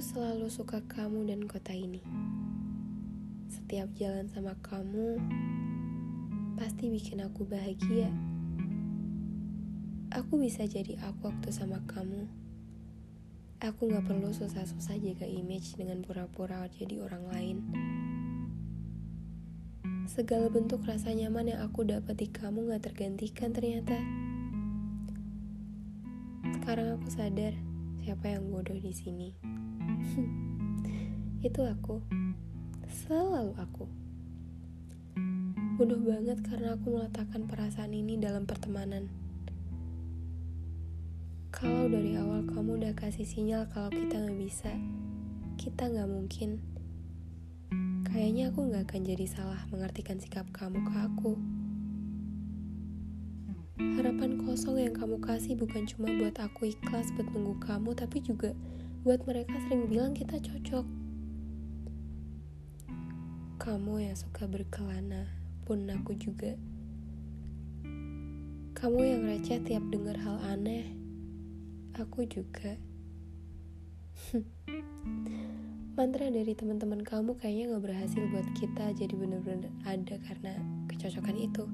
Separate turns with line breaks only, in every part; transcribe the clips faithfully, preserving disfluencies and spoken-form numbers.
selalu suka kamu dan kota ini. Setiap jalan sama kamu pasti bikin aku bahagia. Aku bisa jadi aku waktu sama kamu. Aku gak perlu susah-susah jaga image dengan pura-pura jadi orang lain. Segala bentuk rasa nyaman yang aku dapat di kamu gak tergantikan ternyata. Sekarang aku sadar siapa yang bodoh di sini. Itu aku. Selalu aku. Bodoh banget karena aku meletakkan perasaan ini dalam pertemanan. Kalau dari awal kamu udah kasih sinyal kalau kita gak bisa, kita gak mungkin, kayaknya aku gak akan jadi salah mengartikan sikap kamu ke aku. Harapan kosong yang kamu kasih bukan cuma buat aku ikhlas buat nunggu kamu, tapi juga buat mereka sering bilang kita cocok. Kamu yang suka berkelana, pun aku juga. Kamu yang receh tiap dengar hal aneh, aku juga. Mantra dari teman-teman kamu kayaknya gak berhasil buat kita jadi bener-bener ada karena kecocokan itu.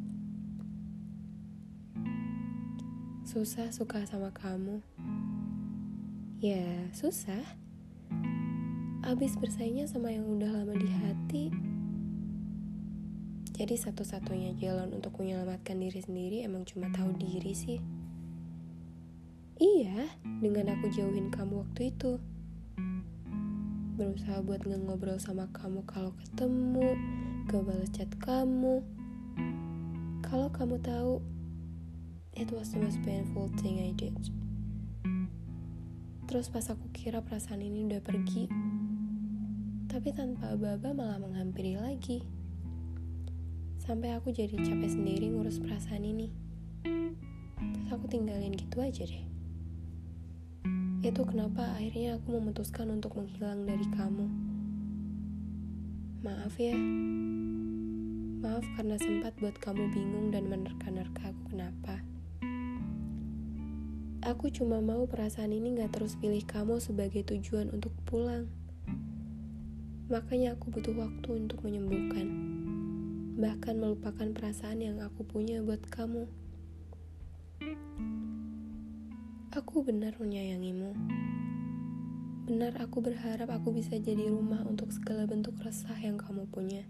Susah suka sama kamu. Ya, susah. Abis bersaingnya sama yang udah lama di hati. Jadi satu-satunya jalan untuk menyelamatkan diri sendiri emang cuma tahu diri sih. Iya, dengan aku jauhin kamu waktu itu. Berusaha buat ngobrol sama kamu kalau ketemu, gak balas chat kamu. Kalau kamu tahu, it was the most painful thing I did. Terus pas aku kira perasaan ini udah pergi, tapi tanpa aba-aba malah menghampiri lagi. Sampai aku jadi capek sendiri ngurus perasaan ini. Terus aku tinggalin gitu aja deh. Itu kenapa akhirnya aku memutuskan untuk menghilang dari kamu. Maaf ya. Maaf karena sempat buat kamu bingung dan menerka-nerka aku kenapa. Aku cuma mau perasaan ini gak terus pilih kamu sebagai tujuan untuk pulang. Makanya aku butuh waktu untuk menyembuhkan. Bahkan melupakan perasaan yang aku punya buat kamu. Aku benar menyayangimu. Benar aku berharap aku bisa jadi rumah untuk segala bentuk resah yang kamu punya.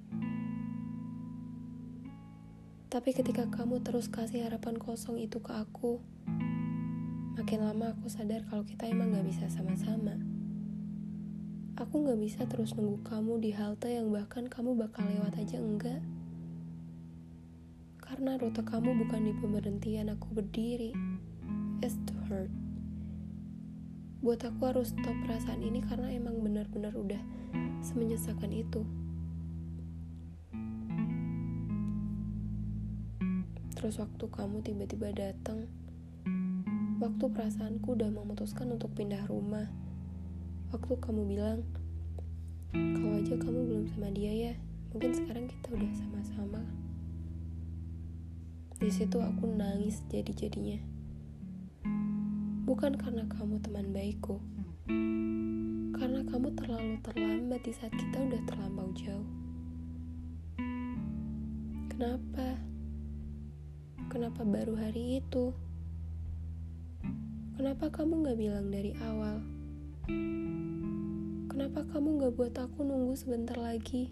Tapi ketika kamu terus kasih harapan kosong itu ke aku, makin lama aku sadar kalau kita emang gak bisa sama-sama. Aku gak bisa terus nunggu kamu di halte yang bahkan kamu bakal lewat aja enggak. Karena rute kamu bukan di pemberhentian aku berdiri. It's too hurt. Buat aku harus stop perasaan ini karena emang benar-benar udah semenyesakan itu. Terus waktu kamu tiba-tiba datang, waktu perasaanku udah memutuskan untuk pindah rumah. Waktu kamu bilang, kalau aja kamu belum sama dia ya, mungkin sekarang kita udah sama-sama. Di situ aku nangis jadi-jadinya. Bukan karena kamu teman baikku, karena kamu terlalu terlambat di saat kita udah terlampau jauh. Kenapa? Kenapa baru hari itu? Kenapa kamu gak bilang dari awal? Kenapa kamu gak buat aku nunggu sebentar lagi?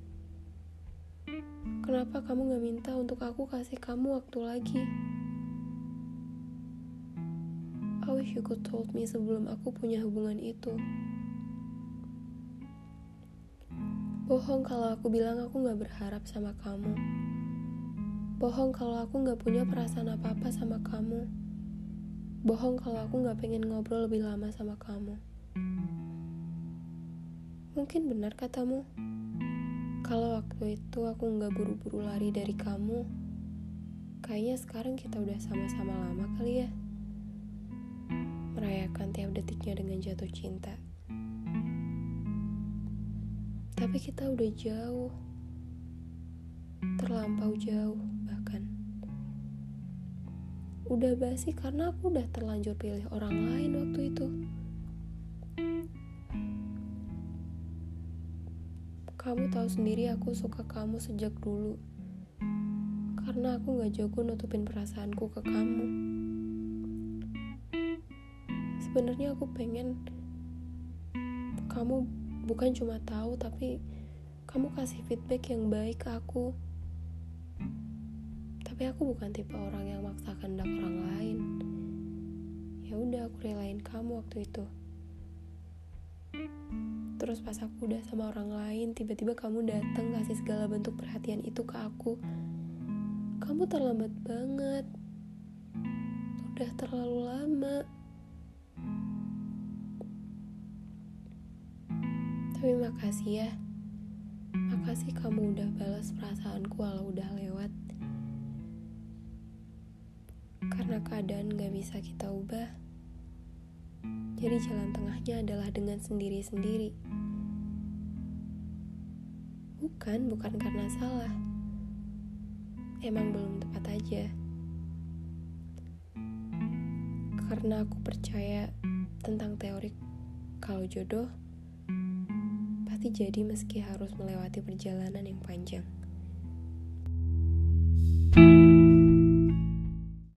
Kenapa kamu gak minta untuk aku kasih kamu waktu lagi? I wish you could told me sebelum aku punya hubungan itu. Bohong kalau aku bilang aku gak berharap sama kamu. Bohong kalau aku gak punya perasaan apa-apa sama kamu. Bohong kalau aku gak pengen ngobrol lebih lama sama kamu. Mungkin benar katamu. Kalau waktu itu aku gak buru-buru lari dari kamu, kayaknya sekarang kita udah sama-sama lama kali ya. Merayakan tiap detiknya dengan jatuh cinta. Tapi kita udah jauh. Terlampau jauh bahkan. Udah basi karena aku udah terlanjur pilih orang lain waktu itu. Kamu tahu sendiri aku suka kamu sejak dulu. Karena aku gak jago nutupin perasaanku ke kamu. Sebenarnya aku pengen kamu bukan cuma tahu, tapi kamu kasih feedback yang baik ke aku. Tapi aku bukan tipe orang yang maksa kehendak orang lain. Ya udah, aku relain kamu waktu itu. Terus pas aku udah sama orang lain, tiba-tiba kamu datang kasih segala bentuk perhatian itu ke aku. Kamu terlambat banget. Udah terlalu lama. Tapi makasih ya. Makasih kamu udah balas perasaanku walau udah lewat. Karena keadaan gak bisa kita ubah. Jadi jalan tengahnya adalah dengan sendiri-sendiri. Bukan, bukan karena salah. Emang belum tepat aja. Karena aku percaya tentang teori kalau jodoh pasti jadi meski harus melewati perjalanan yang panjang.